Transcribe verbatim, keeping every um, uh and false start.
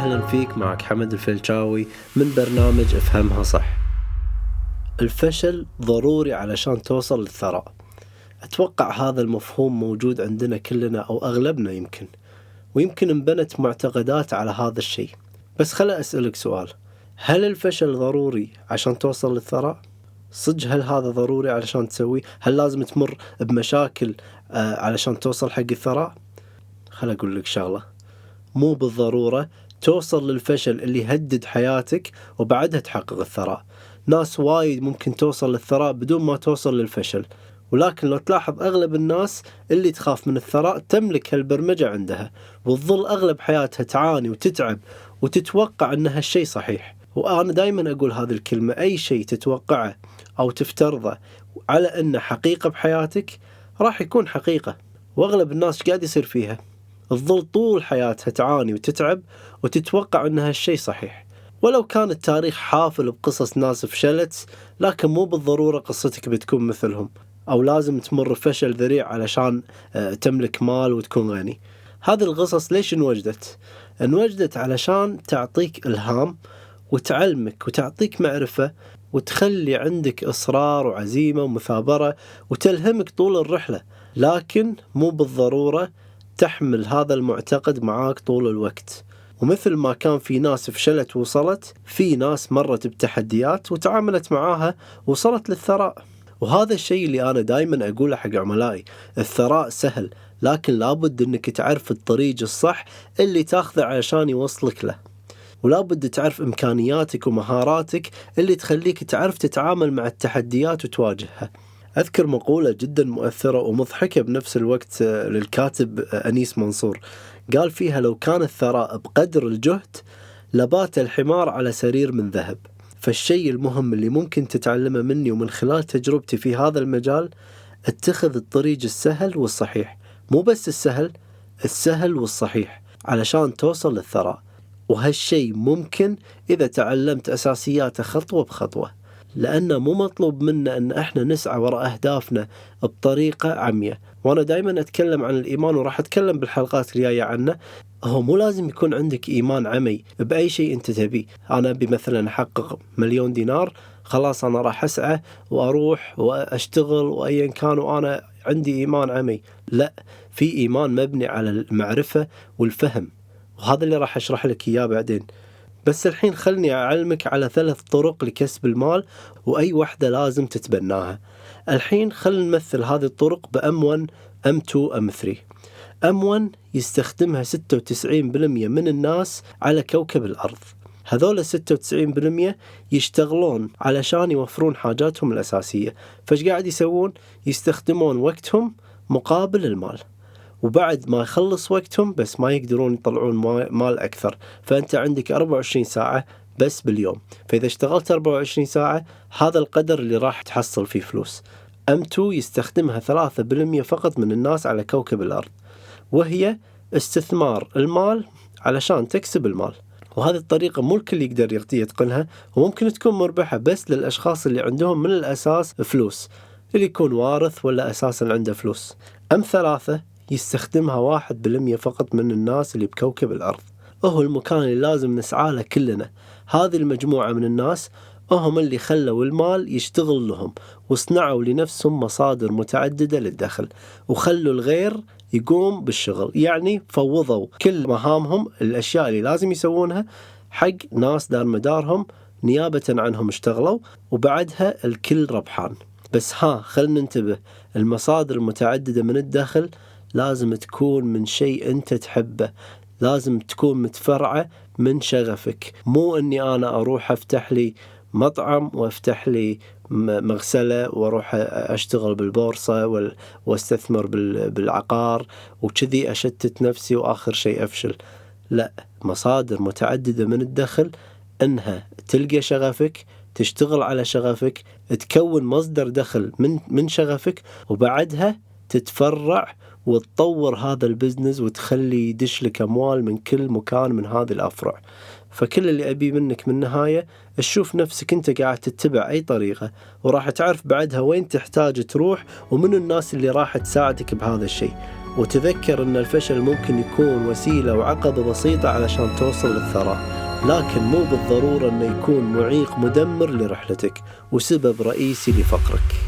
وسهلا فيك. معك حمد الفلشاوي من برنامج افهمها صح. الفشل ضروري علشان توصل للثراء. أتوقع هذا المفهوم موجود عندنا كلنا أو أغلبنا يمكن، ويمكن انبنت معتقدات على هذا الشيء. بس خلأ أسألك سؤال، هل الفشل ضروري عشان توصل للثراء؟ صدق هل هذا ضروري علشان تسويه؟ هل لازم تمر بمشاكل آه علشان توصل حق الثراء؟ خل أقول لك شغلة، مو بالضرورة توصل للفشل اللي يهدد حياتك وبعدها تحقق الثراء. ناس وايد ممكن توصل للثراء بدون ما توصل للفشل، ولكن لو تلاحظ أغلب الناس اللي تخاف من الثراء تملك هالبرمجة عندها، وتظل أغلب حياتها تعاني وتتعب وتتوقع أن هالشي صحيح. وأنا دايما أقول هذه الكلمة، أي شيء تتوقعه أو تفترضه على أنه حقيقة بحياتك راح يكون حقيقة. وأغلب الناس قاعد يصير فيها، تظل طول حياتها تعاني وتتعب وتتوقع أن هالشي صحيح. ولو كان التاريخ حافل بقصص ناس فشلت، لكن مو بالضرورة قصتك بتكون مثلهم، أو لازم تمر فشل ذريع علشان تملك مال وتكون غني. هذه القصص ليش انوجدت؟ انوجدت علشان تعطيك إلهام وتعلمك وتعطيك معرفة وتخلي عندك إصرار وعزيمة ومثابرة وتلهمك طول الرحلة، لكن مو بالضرورة تحمل هذا المعتقد معاك طول الوقت. ومثل ما كان في ناس فشلت ووصلت، في ناس مرت بتحديات وتعاملت معاها وصلت للثراء. وهذا الشيء اللي أنا دايما أقوله حق عملائي، الثراء سهل، لكن لابد أنك تعرف الطريق الصح اللي تاخذه علشان يوصلك له، ولابد تعرف إمكانياتك ومهاراتك اللي تخليك تعرف تتعامل مع التحديات وتواجهها. أذكر مقولة جدا مؤثرة ومضحكة بنفس الوقت للكاتب أنيس منصور، قال فيها: لو كان الثراء بقدر الجهد لبات الحمار على سرير من ذهب. فالشيء المهم اللي ممكن تتعلمه مني ومن خلال تجربتي في هذا المجال، اتخذ الطريق السهل والصحيح، مو بس السهل، السهل والصحيح علشان توصل للثراء. وهالشيء ممكن إذا تعلمت أساسياته خطوة بخطوة، لأنه مو مطلوب منا أن احنا نسعى وراء أهدافنا بطريقة عمية. وأنا دايما أتكلم عن الإيمان وراح أتكلم بالحلقات الجاية عنه. هو مو لازم يكون عندك إيمان عمي بأي شيء أنت تبيه. أنا أبي مثلا أحقق مليون دينار، خلاص أنا راح أسعى وأروح وأشتغل وأيا كان وأنا عندي إيمان عمي. لا، في إيمان مبني على المعرفة والفهم، وهذا اللي راح أشرح لك إياه بعدين. بس الحين خلني أعلمك على ثلاث طرق لكسب المال، وأي واحدة لازم تتبناها. الحين خلنا نمثل هذه الطرق بأم ون أم تو أم ثري. أم ون يستخدمها ستة وتسعين بالمئة من الناس على كوكب الأرض. هذول ستة وتسعين بالمئة يشتغلون علشان يوفرون حاجاتهم الأساسية. فايش قاعد يسوون؟ يستخدمون وقتهم مقابل المال، وبعد ما يخلص وقتهم بس ما يقدرون يطلعون مال أكثر. فأنت عندك أربعة وعشرين ساعة بس باليوم، فإذا اشتغلت أربعة وعشرين ساعة هذا القدر اللي راح تحصل فيه فلوس. أم تو يستخدمها ثلاثة بالمئة فقط من الناس على كوكب الأرض، وهي استثمار المال علشان تكسب المال. وهذه الطريقة مو الكل يقدر يتقنها، وممكن تكون مربحة بس للأشخاص اللي عندهم من الأساس فلوس، اللي يكون وارث ولا أساسا عنده فلوس. أم ثلاثة يستخدمها واحد بالمية فقط من الناس اللي بكوكب الأرض، وهو المكان اللي لازم نسعى له كلنا. هذه المجموعة من الناس هم اللي خلوا المال يشتغل لهم، وصنعوا لنفسهم مصادر متعددة للدخل، وخلوا الغير يقوم بالشغل. يعني فوضوا كل مهامهم، الأشياء اللي لازم يسوونها، حق ناس دار مدارهم نيابة عنهم اشتغلوا، وبعدها الكل ربحان. بس ها خلنا ننتبه، المصادر المتعددة من الدخل لازم تكون من شيء أنت تحبه، لازم تكون متفرعة من شغفك. مو أني أنا أروح أفتح لي مطعم وأفتح لي مغسلة وأروح أشتغل بالبورصة واستثمر بالعقار وكذي أشتت نفسي وآخر شيء أفشل. لا، مصادر متعددة من الدخل، أنها تلقى شغفك، تشتغل على شغفك، تكون مصدر دخل من من شغفك، وبعدها تتفرع وتطور هذا البزنس وتخلي يدش لك أموال من كل مكان من هذه الأفرع. فكل اللي أبي منك من النهاية تشوف نفسك أنت قاعد تتبع أي طريقة، وراح تعرف بعدها وين تحتاج تروح ومن الناس اللي راح تساعدك بهذا الشيء. وتذكر أن الفشل ممكن يكون وسيلة وعقبة بسيطة علشان توصل للثراء، لكن مو بالضرورة أنه يكون معيق مدمر لرحلتك وسبب رئيسي لفقرك.